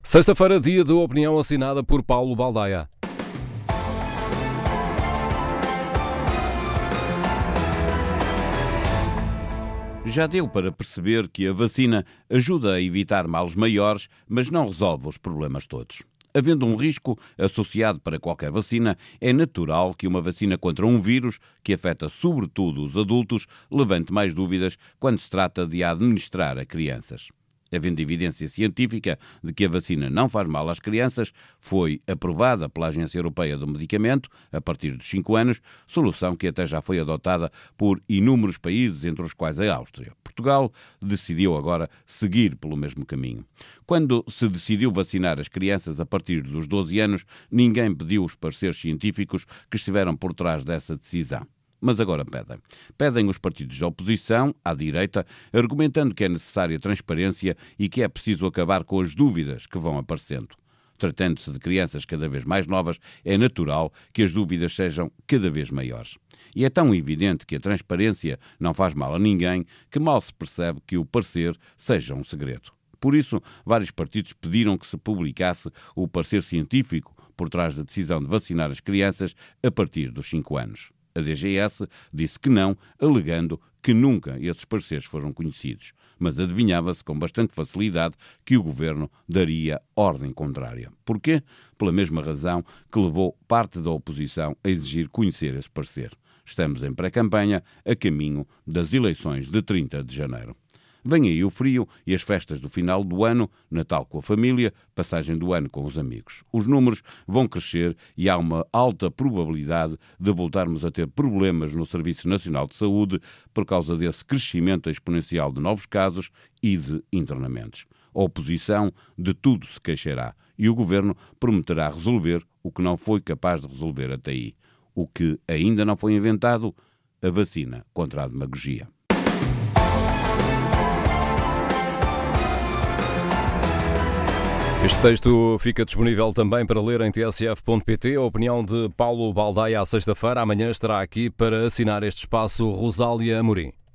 Sexta-feira, dia de opinião assinada por Paulo Baldaia. Já deu para perceber que a vacina ajuda a evitar males maiores, mas não resolve os problemas todos. Havendo um risco associado para qualquer vacina, é natural que uma vacina contra um vírus, que afeta sobretudo os adultos, levante mais dúvidas quando se trata de a administrar a crianças. Havendo evidência científica de que a vacina não faz mal às crianças, foi aprovada pela Agência Europeia do Medicamento a partir dos 5 anos, solução que até já foi adotada por inúmeros países, entre os quais a Áustria. Portugal decidiu agora seguir pelo mesmo caminho. Quando se decidiu vacinar as crianças a partir dos 12 anos, ninguém pediu os pareceres científicos que estiveram por trás dessa decisão. Mas agora pedem. Pedem os partidos da oposição, à direita, argumentando que é necessária transparência e que é preciso acabar com as dúvidas que vão aparecendo. Tratando-se de crianças cada vez mais novas, é natural que as dúvidas sejam cada vez maiores. E é tão evidente que a transparência não faz mal a ninguém que mal se percebe que o parecer seja um segredo. Por isso, vários partidos pediram que se publicasse o parecer científico por trás da decisão de vacinar as crianças a partir dos 5 anos. A DGS disse que não, alegando que nunca esses pareceres foram conhecidos, mas adivinhava-se com bastante facilidade que o governo daria ordem contrária. Porquê? Pela mesma razão que levou parte da oposição a exigir conhecer esse parecer. Estamos em pré-campanha, a caminho das eleições de 30 de janeiro. Vem aí o frio e as festas do final do ano, Natal com a família, passagem do ano com os amigos. Os números vão crescer e há uma alta probabilidade de voltarmos a ter problemas no Serviço Nacional de Saúde por causa desse crescimento exponencial de novos casos e de internamentos. A oposição de tudo se queixará e o governo prometerá resolver o que não foi capaz de resolver até aí. O que ainda não foi inventado, a vacina contra a demagogia. Este texto fica disponível também para ler em tsf.pt. A opinião de Paulo Baldaia à sexta-feira. Amanhã estará aqui para assinar este espaço Rosália Amorim.